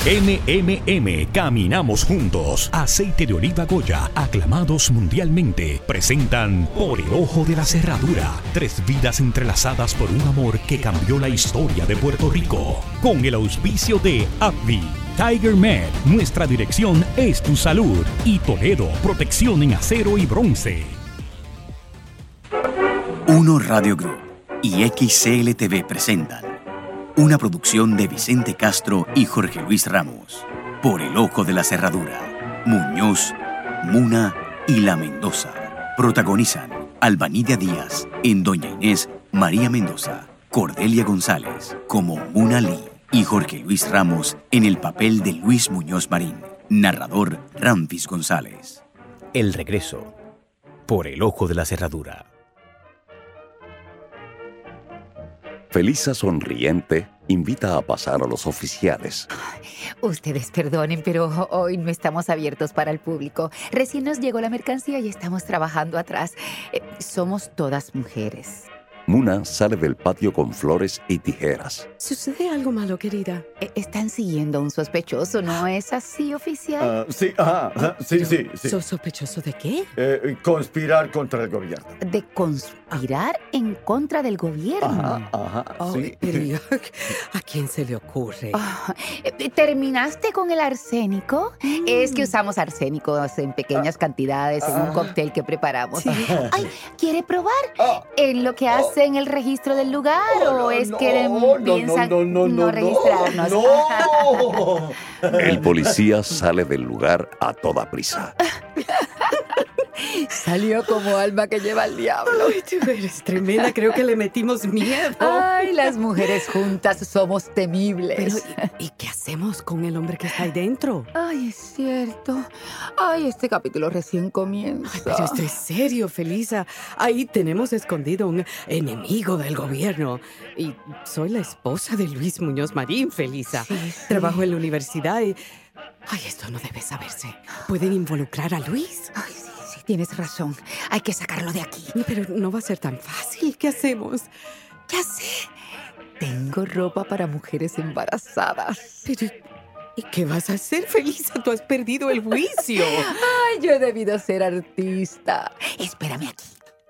MMM, caminamos juntos. Aceite de oliva Goya, aclamados mundialmente, presentan Por el Ojo de la Cerradura. 3 vidas entrelazadas por un amor que cambió la historia de Puerto Rico. Con el auspicio de AbbVie, Tiger Med, nuestra dirección es tu salud. Y Toledo, protección en acero y bronce. Uno Radio Group y XCLTV presentan una producción de Vicente Castro y Jorge Luis Ramos. Por el Ojo de la Cerradura. Muñoz, Muna y La Mendoza. Protagonizan Albanidia Díaz en Doña Inés, María Mendoza, Cordelia González como Muna Lee y Jorge Luis Ramos en el papel de Luis Muñoz Marín. Narrador Ramfis González. El regreso. Por el Ojo de la Cerradura. Felisa sonriente invita a pasar a los oficiales. Ustedes perdonen, pero hoy no estamos abiertos para el público. Recién nos llegó la mercancía y estamos trabajando atrás. Somos todas mujeres. Muna sale del patio con flores y tijeras. ¿Sucede algo malo, querida? Están siguiendo a un sospechoso, ¿no es así, oficial? Sí. ¿Sos sospechoso de qué? Conspirar contra el gobierno. ¿De conspirar en contra del gobierno? Sí. Pero, ¿a quién se le ocurre? ¿Terminaste con el arsénico? Es que usamos arsénicos en pequeñas cantidades en un cóctel que preparamos. Sí. Ay, ¿quiere probar? ¿En lo que hace en el registro del lugar o es que piensan no registrarnos? No. El policía sale del lugar a toda prisa. Salió como alma que lleva al diablo. Ay, tú eres tremenda, creo que le metimos miedo. Ay, las mujeres juntas somos temibles. Pero, ¿y qué hacemos con el hombre que está ahí dentro? Ay, es cierto. Ay, este capítulo recién comienza. Ay, pero estoy serio, Felisa. Ahí tenemos escondido un enemigo del gobierno. Y soy la esposa de Luis Muñoz Marín, Felisa. Sí. Trabajo en la universidad y... Ay, esto no debe saberse. ¿Pueden involucrar a Luis? Ay, sí, tienes razón. Hay que sacarlo de aquí. Pero no va a ser tan fácil. ¿Qué hacemos? Ya sé. Tengo ropa para mujeres embarazadas. Pero... ¿y qué vas a hacer, Felisa? Tú has perdido el juicio. Ay, yo he debido ser artista. Espérame aquí.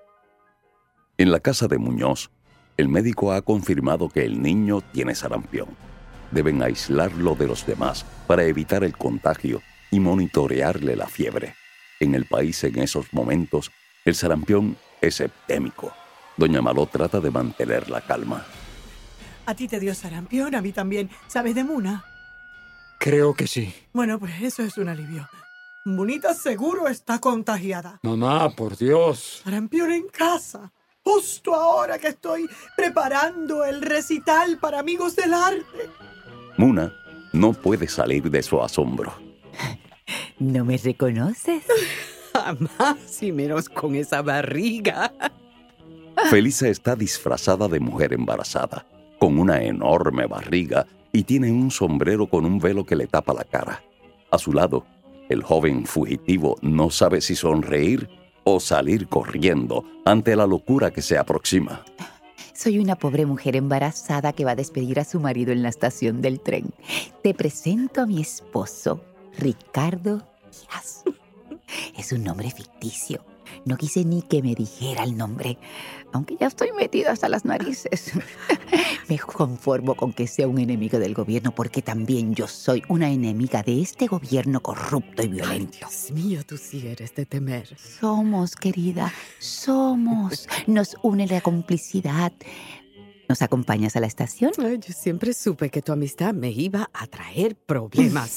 En la casa de Muñoz, el médico ha confirmado que el niño tiene sarampión. Deben aislarlo de los demás para evitar el contagio y monitorearle la fiebre. En el país, en esos momentos, el sarampión es epidémico. Doña Maló trata de mantener la calma. A ti te dio sarampión, a mí también. ¿Sabes de Muna? Creo que sí. Bueno, pues eso es un alivio. Munita seguro está contagiada. Mamá, por Dios. Sarampión en casa. Justo ahora que estoy preparando el recital para Amigos del Arte. Muna no puede salir de su asombro. ¿No me reconoces? Jamás, y menos con esa barriga. Felisa está disfrazada de mujer embarazada, con una enorme barriga y tiene un sombrero con un velo que le tapa la cara. A su lado, el joven fugitivo no sabe si sonreír o salir corriendo ante la locura que se aproxima. Soy una pobre mujer embarazada que va a despedir a su marido en la estación del tren. Te presento a mi esposo, Ricardo Díaz. Es un nombre ficticio. No quise ni que me dijera el nombre, aunque ya estoy metida hasta las narices. Me conformo con que sea un enemigo del gobierno porque también yo soy una enemiga de este gobierno corrupto y violento. Ay, Dios mío, tú sí eres de temer. Somos, querida, somos. Nos une la complicidad. ¿Nos acompañas a la estación? Ay, yo siempre supe que tu amistad me iba a traer problemas.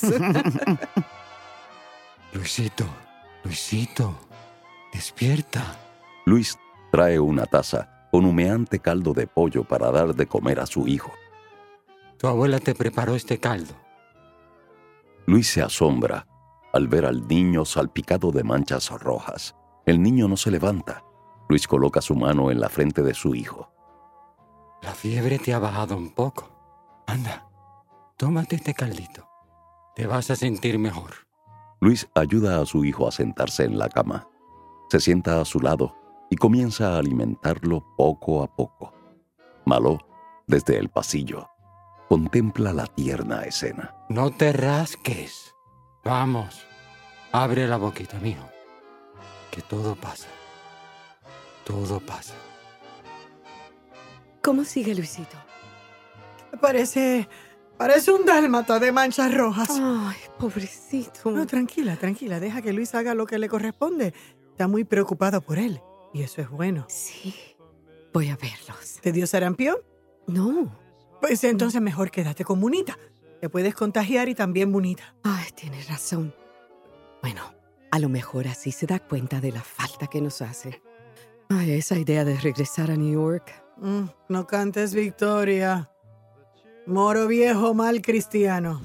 Luisito, despierta. Luis trae una taza con humeante caldo de pollo para dar de comer a su hijo. Tu abuela te preparó este caldo. Luis se asombra al ver al niño salpicado de manchas rojas. El niño no se levanta. Luis coloca su mano en la frente de su hijo. La fiebre te ha bajado un poco. Anda, tómate este caldito. Te vas a sentir mejor. Luis ayuda a su hijo a sentarse en la cama. Se sienta a su lado y comienza a alimentarlo poco a poco. Maló, desde el pasillo. contempla la tierna escena. No te rasques. Vamos, abre la boquita, mijo. Que todo pasa. Todo pasa. ¿Cómo sigue Luisito? Parece un dálmata de manchas rojas. Ay, pobrecito. No, tranquila. Deja que Luis haga lo que le corresponde. Está muy preocupado por él. Y eso es bueno. Sí, voy a verlos. ¿Te dio sarampión? No. Pues entonces mejor quédate con Munita. Te puedes contagiar y también Munita. Ay, tienes razón. Bueno, a lo mejor así se da cuenta de la falta que nos hace. Ay, esa idea de regresar a New York. No cantes victoria. Moro viejo, mal cristiano.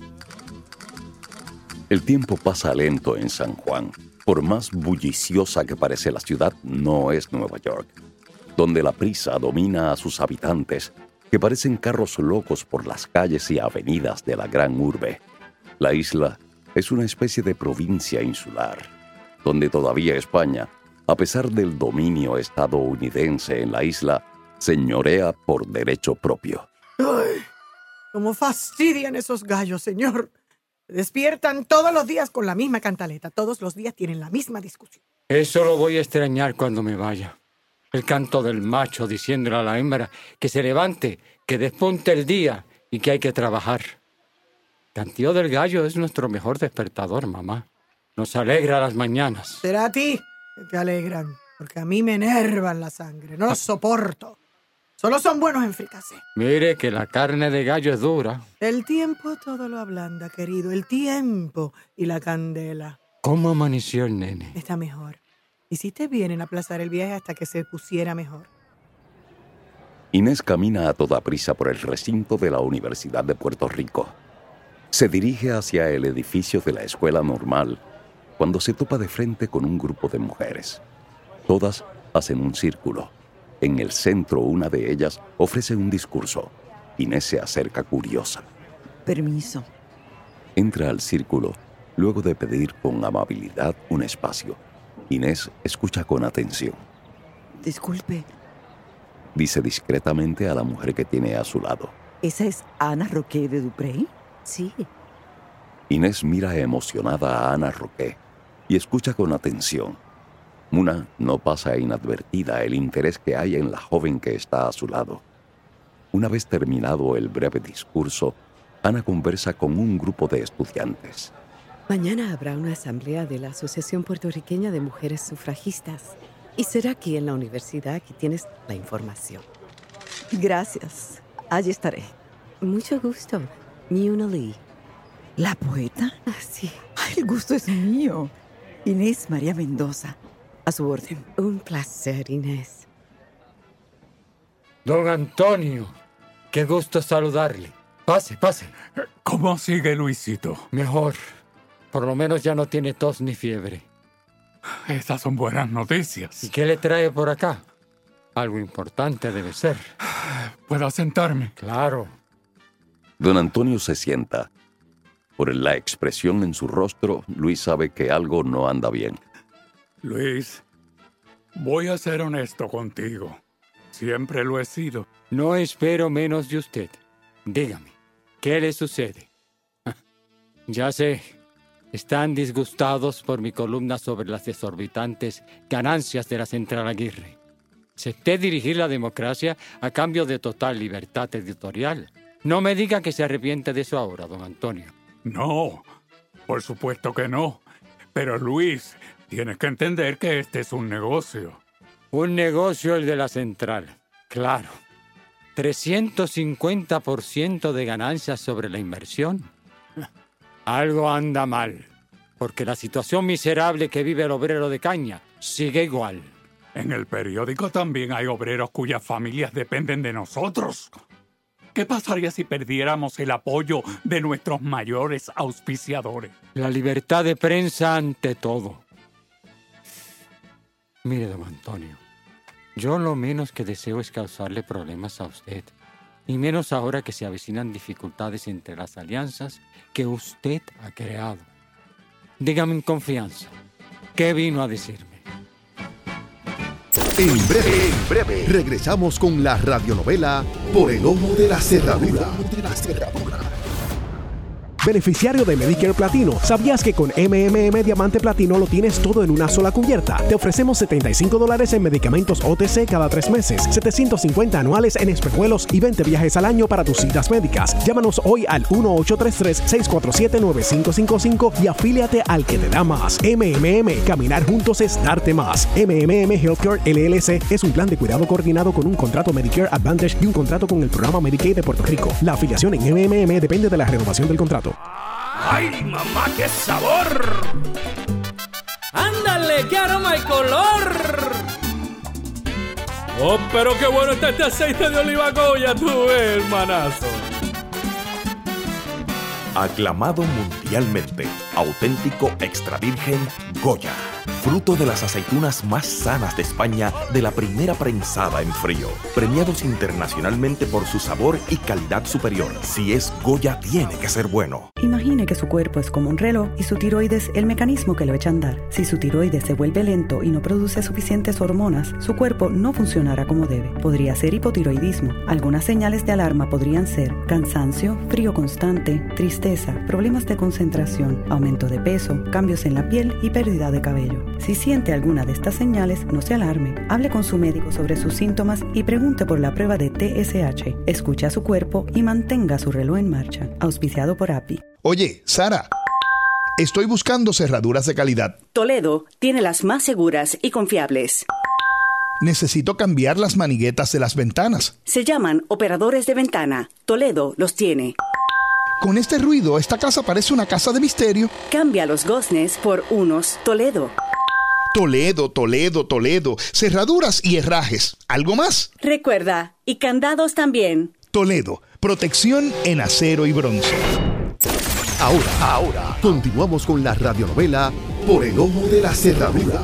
El tiempo pasa lento en San Juan. Por más bulliciosa que parece la ciudad, no es Nueva York, donde la prisa domina a sus habitantes, que parecen carros locos por las calles y avenidas de la gran urbe. La isla es una especie de provincia insular, donde todavía España, a pesar del dominio estadounidense en la isla, señorea por derecho propio. ¡Ay! ¡Cómo fastidian esos gallos, señor! Se despiertan todos los días con la misma cantaleta. Todos los días tienen la misma discusión. Eso lo voy a extrañar cuando me vaya. El canto del macho diciéndole a la hembra que se levante, que despunte el día y que hay que trabajar. El cantío del gallo es nuestro mejor despertador, mamá. Nos alegra las mañanas. Será a ti que te alegran, porque a mí me enervan la sangre. No los soporto. Solo son buenos en fricasé. Mire que la carne de gallo es dura. El tiempo todo lo ablanda, querido. El tiempo y la candela. ¿Cómo amaneció el nene? Está mejor. Hiciste bien en aplazar el viaje hasta que se pusiera mejor. Inés camina a toda prisa por el recinto de la Universidad de Puerto Rico. Se dirige hacia el edificio de la Escuela Normal cuando se topa de frente con un grupo de mujeres. Todas hacen un círculo. En el centro, una de ellas ofrece un discurso. Inés se acerca curiosa. Permiso. Entra al círculo, luego de pedir con amabilidad un espacio. Inés escucha con atención. Disculpe, Dice discretamente a la mujer que tiene a su lado. ¿esa es Ana Roque de Duprey? Sí. Inés mira emocionada a Ana Roque y escucha con atención. Muna no pasa inadvertida el interés que hay en la joven que está a su lado. Una vez terminado el breve discurso, Ana conversa con un grupo de estudiantes. Mañana habrá una asamblea de la Asociación Puertorriqueña de Mujeres Sufragistas. Y será aquí en la universidad. Aquí tienes la información. Gracias. Allí estaré. Mucho gusto. Muna Lee. ¿La poeta? Sí. Ay, el gusto es mío. Inés María Mendoza. A su orden. Un placer, Inés. Don Antonio, qué gusto saludarle. Pase, pase. ¿Cómo sigue Luisito? Mejor. Por lo menos ya no tiene tos ni fiebre. Esas son buenas noticias. ¿Y qué le trae por acá? Algo importante debe ser. ¿Puedo sentarme? Claro. Don Antonio se sienta. Por la expresión en su rostro, Luis sabe que algo no anda bien. Luis, voy a ser honesto contigo. Siempre lo he sido. No espero menos de usted. Dígame, ¿qué le sucede? Ya sé, están disgustados por mi columna sobre las exorbitantes ganancias de la Central Aguirre. Acepté dirigir la democracia a cambio de total libertad editorial. No me diga que se arrepiente de eso ahora, don Antonio. No, por supuesto que no. Pero Luis, tienes que entender que este es un negocio. Un negocio el de la Central, claro. 350% de ganancias sobre la inversión. Algo anda mal, porque la situación miserable que vive el obrero de caña sigue igual. En el periódico también hay obreros cuyas familias dependen de nosotros. ¿Qué pasaría si perdiéramos el apoyo de nuestros mayores auspiciadores? La libertad de prensa ante todo. Mire, don Antonio, yo lo menos que deseo es causarle problemas a usted, y menos ahora que se avecinan dificultades entre las alianzas que usted ha creado. Dígame en confianza, ¿qué vino a decirme? En breve, regresamos con la radionovela Por el Ojo de la Cerradura. Beneficiario de Medicare Platino, ¿sabías que con MMM Diamante Platino lo tienes todo en una sola cubierta? Te ofrecemos $75 en medicamentos OTC cada 3 meses, $750 anuales en espejuelos y 20 viajes al año para tus citas médicas. Llámanos hoy al 1-833-647-9555 y afíliate al que te da más. MMM, caminar juntos es darte más. MMM Healthcare LLC es un plan de cuidado coordinado con un contrato Medicare Advantage y un contrato con el programa Medicaid de Puerto Rico. La afiliación en MMM depende de la renovación del contrato. ¡Ay, mamá, qué sabor! ¡Ándale, qué aroma y color! ¡Oh, pero qué bueno está este aceite de oliva Goya, tú ves, hermanazo! Aclamado mundialmente, auténtico extra virgen Goya, fruto de las aceitunas más sanas de España de la primera prensada en frío, premiados internacionalmente por su sabor y calidad superior. Si es Goya, tiene que ser bueno. Imagine que su cuerpo es como un reloj y su tiroides el mecanismo que lo echa a andar. Si su tiroides se vuelve lento y no produce suficientes hormonas, su cuerpo no funcionará como debe. Podría ser hipotiroidismo. Algunas señales de alarma podrían ser cansancio, frío constante, tristeza, problemas de concentración, aumento de peso, cambios en la piel y pérdida de cabello. Si siente alguna de estas señales, no se alarme. Hable con su médico sobre sus síntomas y pregunte por la prueba de TSH. Escuche a su cuerpo y mantenga su reloj en marcha. Auspiciado por API. Oye, Sara, estoy buscando cerraduras de calidad. Toledo tiene las más seguras y confiables. Necesito cambiar las maniguetas de las ventanas. Se llaman operadores de ventana. Toledo los tiene. Con este ruido, esta casa parece una casa de misterio. Cambia los goznes por unos Toledo. Toledo. Cerraduras y herrajes. ¿Algo más? Recuerda, y candados también. Toledo. Protección en acero y bronce. Ahora, continuamos con la radionovela Por el Ojo de la Cerradura.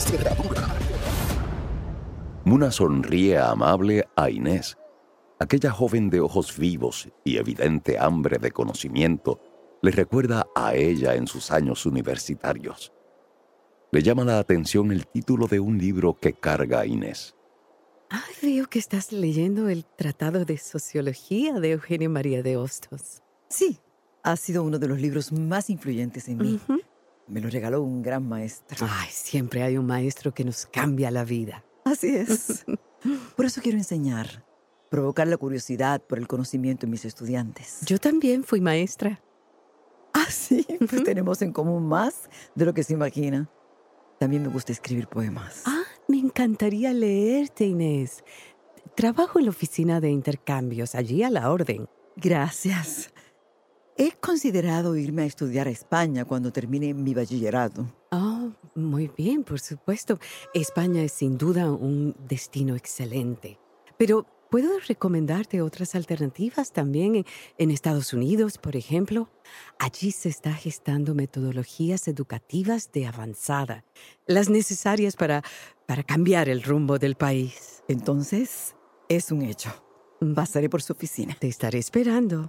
Muna sonríe amable a Inés. Aquella joven de ojos vivos y evidente hambre de conocimiento le recuerda a ella en sus años universitarios. Le llama la atención el título de un libro que carga Inés. Veo que estás leyendo el Tratado de Sociología de Eugenio María de Hostos. Sí, ha sido uno de los libros más influyentes en mí. Me lo regaló un gran maestro. Siempre hay un maestro que nos cambia la vida. Así es. Por eso quiero enseñar. Provocar la curiosidad por el conocimiento en mis estudiantes. Yo también fui maestra. Sí, pues tenemos en común más de lo que se imagina. También me gusta escribir poemas. Me encantaría leerte, Inés. Trabajo en la oficina de intercambios, allí a la orden. Gracias. He considerado irme a estudiar a España cuando termine mi bachillerato. Muy bien, por supuesto. España es sin duda un destino excelente. Pero puedo recomendarte otras alternativas también en Estados Unidos, por ejemplo. Allí se está gestando metodologías educativas de avanzada, las necesarias para cambiar el rumbo del país. Entonces, es un hecho. Pasaré por su oficina. Te estaré esperando.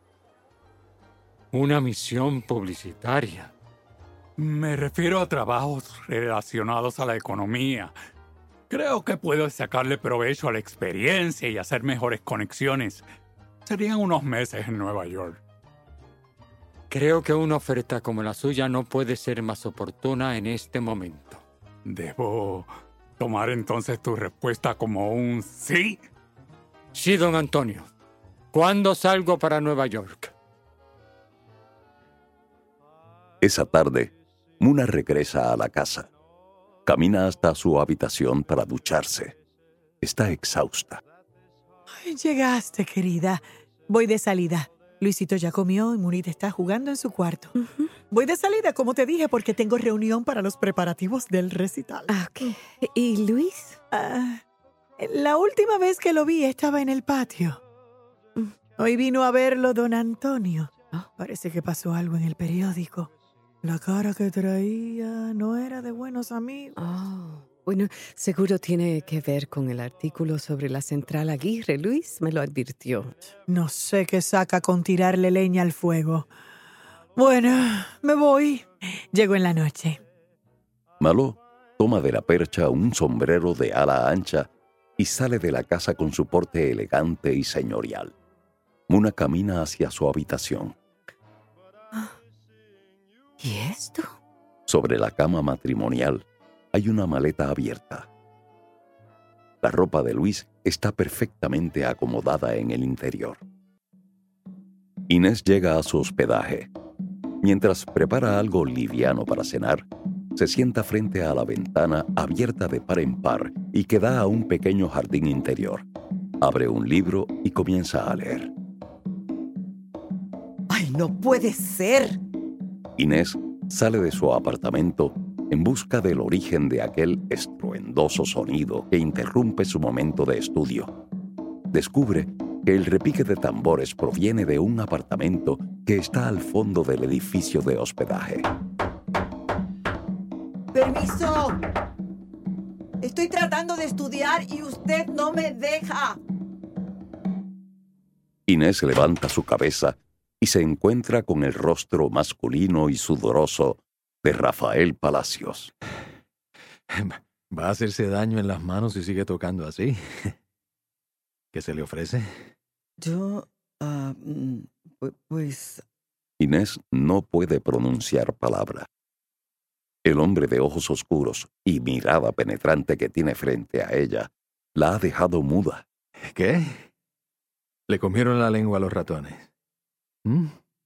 Una misión publicitaria. Me refiero a trabajos relacionados a la economía. Creo que puedo sacarle provecho a la experiencia y hacer mejores conexiones. Serían unos meses en Nueva York. Creo que una oferta como la suya no puede ser más oportuna en este momento. ¿Debo tomar entonces tu respuesta como un sí? Sí, don Antonio. ¿Cuándo salgo para Nueva York? Esa tarde, Muna regresa a la casa. Camina hasta su habitación para ducharse. Está exhausta. Llegaste, querida. Voy de salida. Luisito ya comió y Munita está jugando en su cuarto. Voy de salida, como te dije, porque tengo reunión para los preparativos del recital. ¿Y Luis? La última vez que lo vi estaba en el patio. Hoy vino a verlo don Antonio. Parece que pasó algo en el periódico. La cara que traía no era de buenos amigos. Bueno, seguro tiene que ver con el artículo sobre la central Aguirre. Luis me lo advirtió. No sé qué saca con tirarle leña al fuego. Bueno, me voy. Llego en la noche. Maló toma de la percha un sombrero de ala ancha y sale de la casa con su porte elegante y señorial. Muna camina hacia su habitación. ¿Y esto? Sobre la cama matrimonial hay una maleta abierta. La ropa de Luis está perfectamente acomodada en el interior. Inés llega a su hospedaje. Mientras prepara algo liviano para cenar, se sienta frente a la ventana abierta de par en par y que da a un pequeño jardín interior. Abre un libro y comienza a leer. ¡Ay, no puede ser! Inés sale de su apartamento en busca del origen de aquel estruendoso sonido que interrumpe su momento de estudio. Descubre que el repique de tambores proviene de un apartamento que está al fondo del edificio de hospedaje. ¡Permiso! Estoy tratando de estudiar y usted no me deja. Inés levanta su cabeza y se encuentra con el rostro masculino y sudoroso de Rafael Palacios. Va a hacerse daño en las manos si sigue tocando así. ¿Qué se le ofrece? Yo, pues... Inés no puede pronunciar palabra. El hombre de ojos oscuros y mirada penetrante que tiene frente a ella la ha dejado muda. ¿Qué? ¿Le comieron la lengua a los ratones? ¿Mm?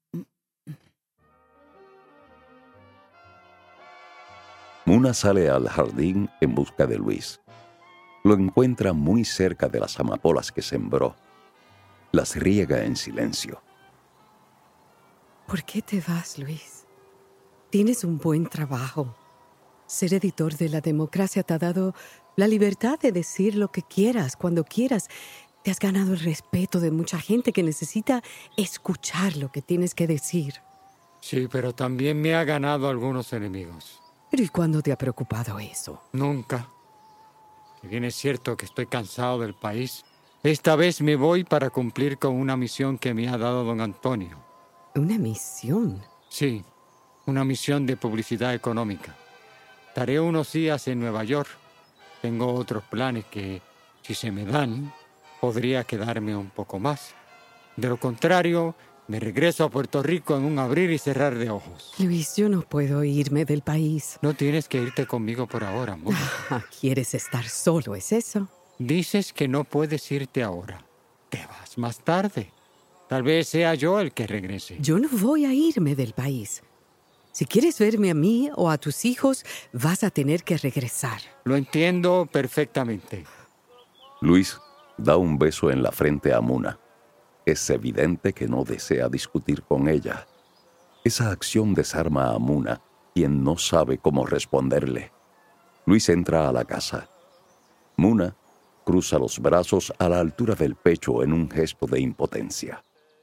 Muna sale al jardín en busca de Luis. Lo encuentra muy cerca de las amapolas que sembró. Las riega en silencio. ¿Por qué te vas, Luis? Tienes un buen trabajo. Ser editor de La Democracia te ha dado la libertad de decir lo que quieras, cuando quieras. Te has ganado el respeto de mucha gente que necesita escuchar lo que tienes que decir. Sí, pero también me ha ganado algunos enemigos. ¿Pero y cuándo te ha preocupado eso? Nunca. Si bien es cierto que estoy cansado del país, esta vez me voy para cumplir con una misión que me ha dado don Antonio. ¿Una misión? Sí, una misión de publicidad económica. Estaré unos días en Nueva York. Tengo otros planes que, si se me dan, podría quedarme un poco más. De lo contrario, me regreso a Puerto Rico en un abrir y cerrar de ojos. Luis, yo no puedo irme del país. No tienes que irte conmigo por ahora, amor. ¿Quieres estar solo, es eso? Dices que no puedes irte ahora. Te vas más tarde. Tal vez sea yo el que regrese. Yo no voy a irme del país. Si quieres verme a mí o a tus hijos, vas a tener que regresar. Lo entiendo perfectamente. Luis da un beso en la frente a Muna. Es evidente que no desea discutir con ella. Esa acción desarma a Muna, quien no sabe cómo responderle. Luis entra a la casa. Muna cruza los brazos a la altura del pecho en un gesto de impotencia.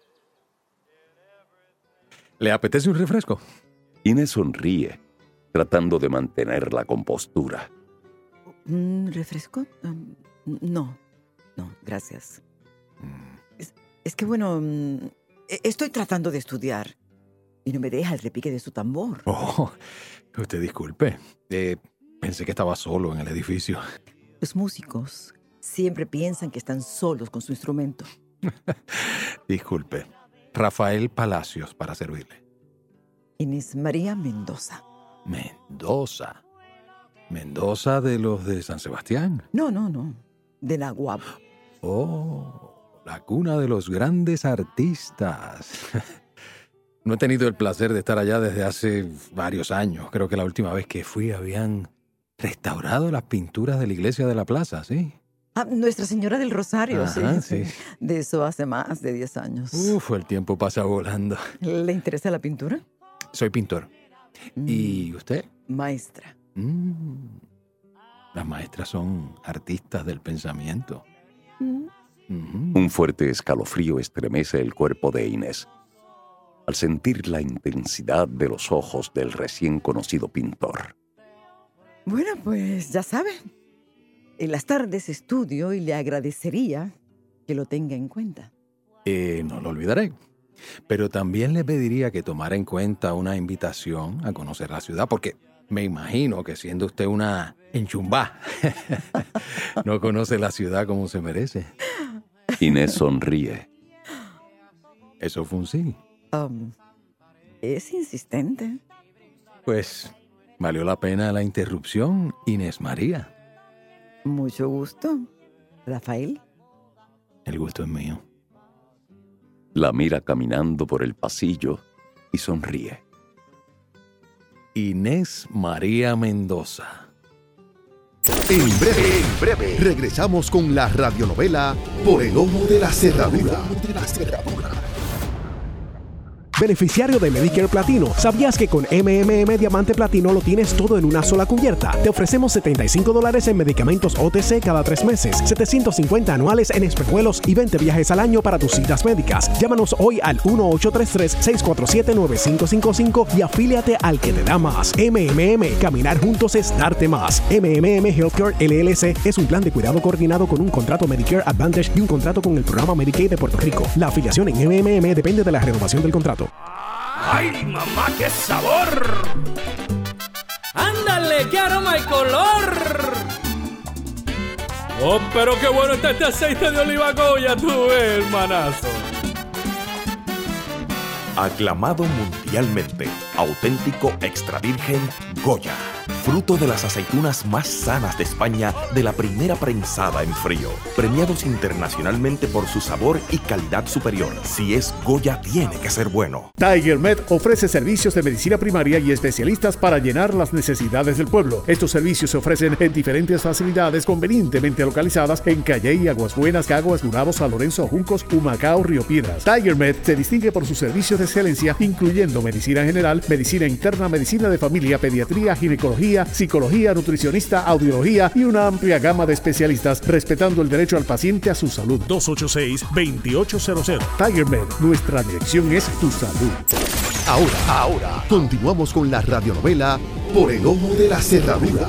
¿Le apetece un refresco? Inés sonríe, tratando de mantener la compostura. ¿Refresco? No, gracias. Es que, bueno, estoy tratando de estudiar y no me deja el repique de su tambor. Oh, usted disculpe. Pensé que estaba solo en el edificio. Los músicos siempre piensan que están solos con su instrumento. Disculpe. Rafael Palacios, para servirle. Inés María Mendoza. ¿Mendoza? ¿Mendoza de los de San Sebastián? No. De la Guapa. Oh, la cuna de los grandes artistas. No he tenido el placer de estar allá desde hace varios años. Creo que la última vez que fui habían restaurado las pinturas de la iglesia de la plaza, ¿sí? Nuestra Señora del Rosario, Ajá, sí. De eso hace más de 10 años. El tiempo pasa volando. ¿Le interesa la pintura? Soy pintor. ¿Y usted? Maestra. Las maestras son artistas del pensamiento. Un fuerte escalofrío estremece el cuerpo de Inés al sentir la intensidad de los ojos del recién conocido pintor. Bueno, pues ya sabe. En las tardes estudio y le agradecería que lo tenga en cuenta. No lo olvidaré. Pero también le pediría que tomara en cuenta una invitación a conocer la ciudad, porque Me imagino que siendo usted una enchumbá, no conoce la ciudad como se merece. Inés sonríe. Eso fue un sí. Es insistente. Pues valió la pena la interrupción, Inés María. Mucho gusto, Rafael. El gusto es mío. La mira caminando por el pasillo y sonríe. Inés María Mendoza. En breve, regresamos con la radionovela Por el Ojo de la Cerradura. Beneficiario de Medicare Platino, ¿sabías que con MMM Diamante Platino lo tienes todo en una sola cubierta? Te ofrecemos $75 en medicamentos OTC cada 3 meses, $750 anuales en espejuelos y 20 viajes al año para tus citas médicas. Llámanos hoy al 1-833-647-9555 y afíliate al que te da más. MMM, caminar juntos es darte más. MMM Healthcare LLC es un plan de cuidado coordinado con un contrato Medicare Advantage y un contrato con el programa Medicaid de Puerto Rico. La afiliación en MMM depende de la renovación del contrato. ¡Ay, mamá, qué sabor! ¡Ándale, qué aroma y color! ¡Oh, pero qué bueno está este aceite de oliva Goya, tú, hermanazo! Aclamado mundialmente, auténtico extra virgen Goya, fruto de las aceitunas más sanas de España de la primera prensada en frío, premiados internacionalmente por su sabor y calidad superior. Si es Goya, tiene que ser bueno. Tiger Med ofrece servicios de medicina primaria y especialistas para llenar las necesidades del pueblo. Estos servicios se ofrecen en diferentes facilidades convenientemente localizadas en Calley, Aguas Buenas, Caguas, Gurabo, San Lorenzo, Juncos, Humacao, Río Piedras. Tiger Med se distingue por sus servicios de excelencia, incluyendo medicina general, medicina interna, medicina de familia, pediatría, ginecología, psicología, nutricionista, audiología y una amplia gama de especialistas, respetando el derecho al paciente a su salud. 286-2800. Tiger Med, nuestra dirección es tu salud. Ahora, continuamos con la radionovela Por el Ojo de la Cerradura.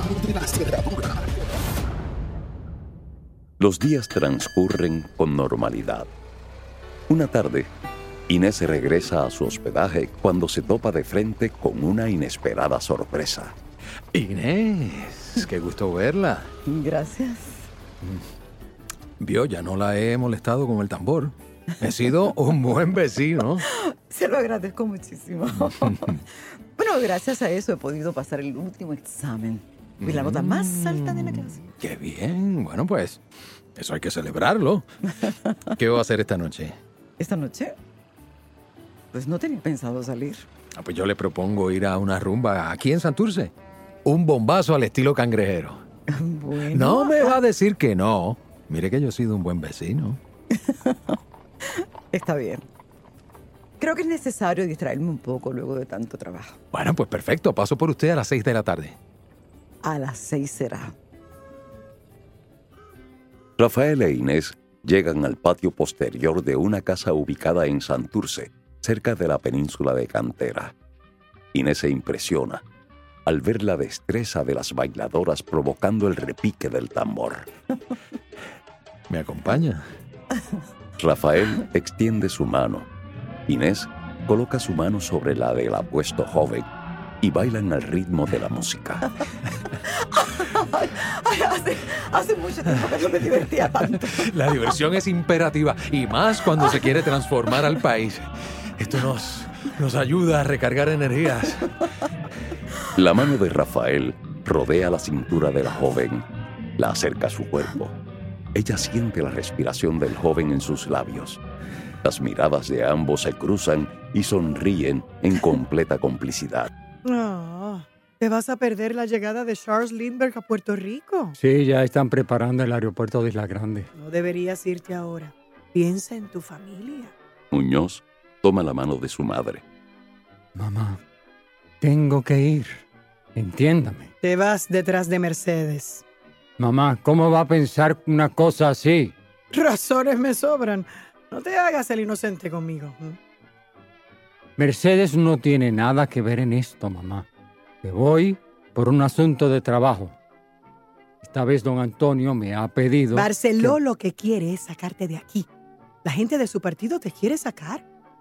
Los días transcurren con normalidad. Una tarde, Inés regresa a su hospedaje cuando se topa de frente con una inesperada sorpresa. Inés, qué gusto verla. Gracias. Vio, ya no la he molestado con el tambor. He sido un buen vecino. Se lo agradezco muchísimo. Bueno, gracias a eso he podido pasar el último examen. Fui la nota más alta de la clase. ¡Qué bien! Bueno, pues, eso hay que celebrarlo. ¿Qué voy a hacer esta noche? ¿Esta noche? Pues no tenía pensado salir. Pues yo le propongo ir a una rumba aquí en Santurce. Un bombazo al estilo cangrejero. Bueno. No me va a decir que no. Mire que yo he sido un buen vecino. Está bien. Creo que es necesario distraerme un poco luego de tanto trabajo. Bueno, pues perfecto. Paso por usted a las 6 de la tarde. A las 6 será. Rafael e Inés llegan al patio posterior de una casa ubicada en Santurce, cerca de la península de Cantera. Inés se impresiona al ver la destreza de las bailadoras provocando el repique del tambor. ¿Me acompaña? Rafael extiende su mano. Inés coloca su mano sobre la del apuesto joven y bailan al ritmo de la música. Hace mucho tiempo que no me divertía tanto. La diversión es imperativa y más cuando se quiere transformar al país. Esto nos ayuda a recargar energías. La mano de Rafael rodea la cintura de la joven, la acerca a su cuerpo. Ella siente la respiración del joven en sus labios. Las miradas de ambos se cruzan y sonríen en completa complicidad. ¿Te vas a perder la llegada de Charles Lindbergh a Puerto Rico? Sí, ya están preparando el aeropuerto de Isla Grande. No deberías irte ahora. Piensa en tu familia. Muñoz toma la mano de su madre. Mamá, tengo que ir. Entiéndame. Te vas detrás de Mercedes. Mamá, ¿cómo va a pensar una cosa así? Razones me sobran. No te hagas el inocente conmigo. Mercedes no tiene nada que ver en esto, mamá. Me voy por un asunto de trabajo. Esta vez don Antonio me ha pedido... Barceló lo que quiere es sacarte de aquí. La gente de su partido te quiere sacar.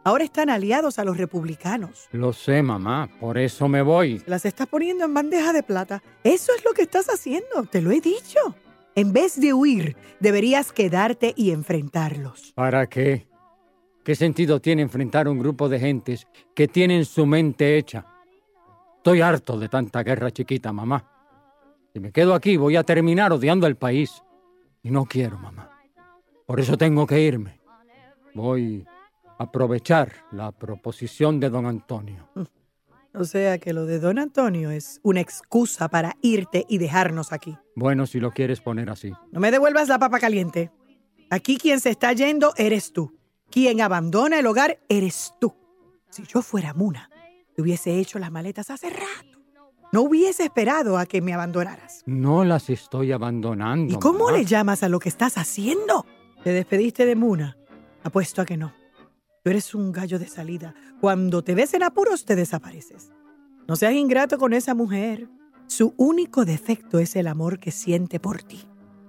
Ahora están aliados a los republicanos. Lo sé, mamá. Por eso me voy. Las estás poniendo en bandeja de plata. Eso es lo que estás haciendo. Te lo he dicho. En vez de huir, deberías quedarte y enfrentarlos. ¿Para qué? ¿Qué sentido tiene enfrentar a un grupo de gentes que tienen su mente hecha? Estoy harto de tanta guerra chiquita, mamá. Si me quedo aquí, voy a terminar odiando al país. Y no quiero, mamá. Por eso tengo que irme. Voy a aprovechar la proposición de don Antonio. O sea que lo de don Antonio es una excusa para irte y dejarnos aquí. Bueno, si lo quieres poner así. No me devuelvas la papa caliente. Aquí quien se está yendo eres tú. Quien abandona el hogar eres tú. Si yo fuera Muna, te hubiese hecho las maletas hace rato. No hubiese esperado a que me abandonaras. No las estoy abandonando. ¿Y cómo mamá le llamas a lo que estás haciendo? ¿Te despediste de Muna? Apuesto a que no. Tú eres un gallo de salida. Cuando te ves en apuros, te desapareces. No seas ingrato con esa mujer. Su único defecto es el amor que siente por ti.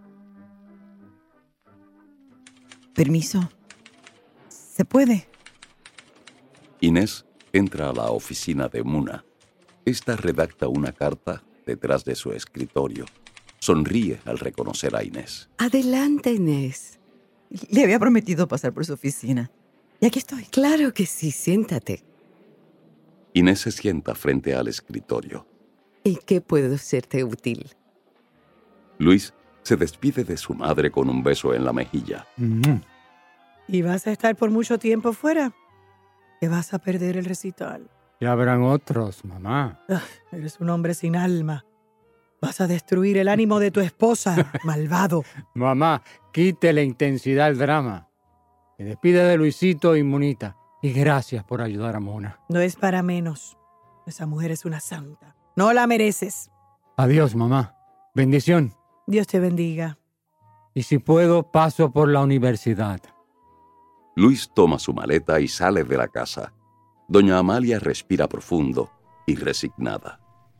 Permiso. ¿Se puede? Inés entra a la oficina de Muna. Esta redacta una carta detrás de su escritorio. Sonríe al reconocer a Inés. Adelante, Inés. Le había prometido pasar por su oficina. Y aquí estoy. Claro que sí, siéntate. Inés se sienta frente al escritorio. ¿Y qué puedo serte útil? Luis se despide de su madre con un beso en la mejilla. ¿Y vas a estar por mucho tiempo fuera? Te vas a perder el recital. Ya habrán otros, mamá. Eres un hombre sin alma. Vas a destruir el ánimo de tu esposa, malvado. Mamá, quite la intensidad al drama. Me despide de Luisito y Munita. Y gracias por ayudar a Mona. No es para menos. Esa mujer es una santa. No la mereces. Adiós, mamá. Bendición. Dios te bendiga. Y si puedo, paso por la universidad. Luis toma su maleta y sale de la casa. Doña Amalia respira profundo y resignada.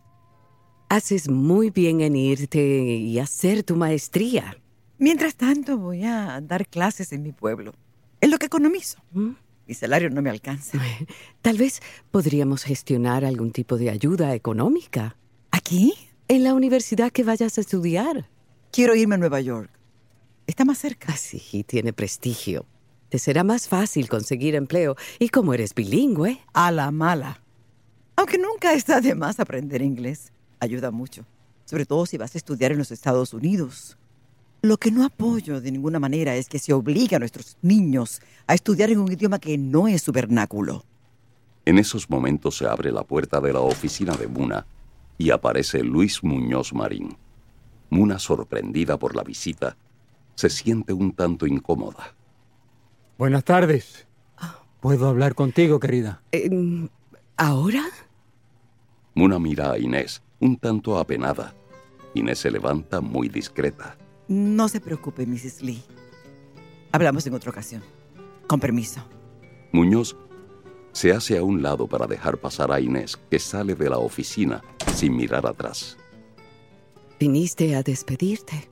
Haces muy bien en irte y hacer tu maestría. Mientras tanto, voy a dar clases en mi pueblo. Es lo que economizo. Mi salario no me alcanza. Tal vez podríamos gestionar algún tipo de ayuda económica. ¿Aquí? En la universidad que vayas a estudiar. Quiero irme a Nueva York. Está más cerca. Sí, tiene prestigio. Te será más fácil conseguir empleo. Y como eres bilingüe... A la mala. Aunque nunca está de más aprender inglés. Ayuda mucho. Sobre todo si vas a estudiar en los Estados Unidos. Lo que no apoyo de ninguna manera es que se obligue a nuestros niños a estudiar en un idioma que no es su vernáculo. En esos momentos se abre la puerta de la oficina de Muna y aparece Luis Muñoz Marín. Muna, sorprendida por la visita, se siente un tanto incómoda. Buenas tardes. ¿Puedo hablar contigo, querida? ¿Ahora? Muna mira a Inés, un tanto apenada. Inés se levanta muy discreta. No se preocupe, Mrs. Lee. Hablamos en otra ocasión. Con permiso. Muñoz se hace a un lado para dejar pasar a Inés, que sale de la oficina sin mirar atrás. ¿Viniste a despedirte?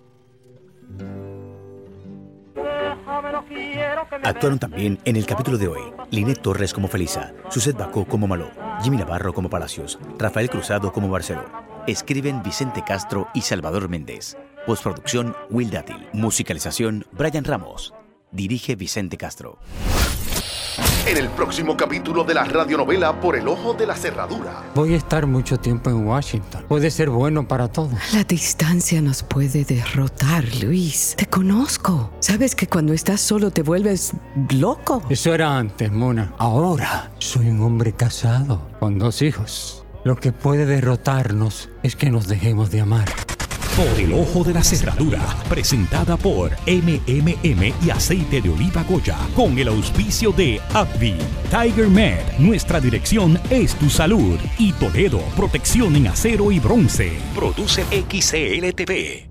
Actuaron también en el capítulo de hoy Linet Torres como Felisa, Suzette Bacó como Maló, Jimmy Navarro como Palacios, Rafael Cruzado como Barceló. Escriben Vicente Castro y Salvador Méndez. Postproducción Will Dátil. Musicalización Brian Ramos. Dirige Vicente Castro. En el próximo capítulo de la radionovela Por el Ojo de la Cerradura. Voy a estar mucho tiempo en Washington. Puede ser bueno para todos. La distancia nos puede derrotar, Luis. Te conozco. Sabes que cuando estás solo te vuelves loco. Eso era antes, Mona. Ahora soy un hombre casado con 2 hijos. Lo que puede derrotarnos es que nos dejemos de amar. Por el Ojo de la Cerradura, presentada por MMM y Aceite de Oliva Goya, con el auspicio de AbbVie, Tiger Med, nuestra dirección es tu salud, y Toledo, protección en acero y bronce. Produce XCLTV.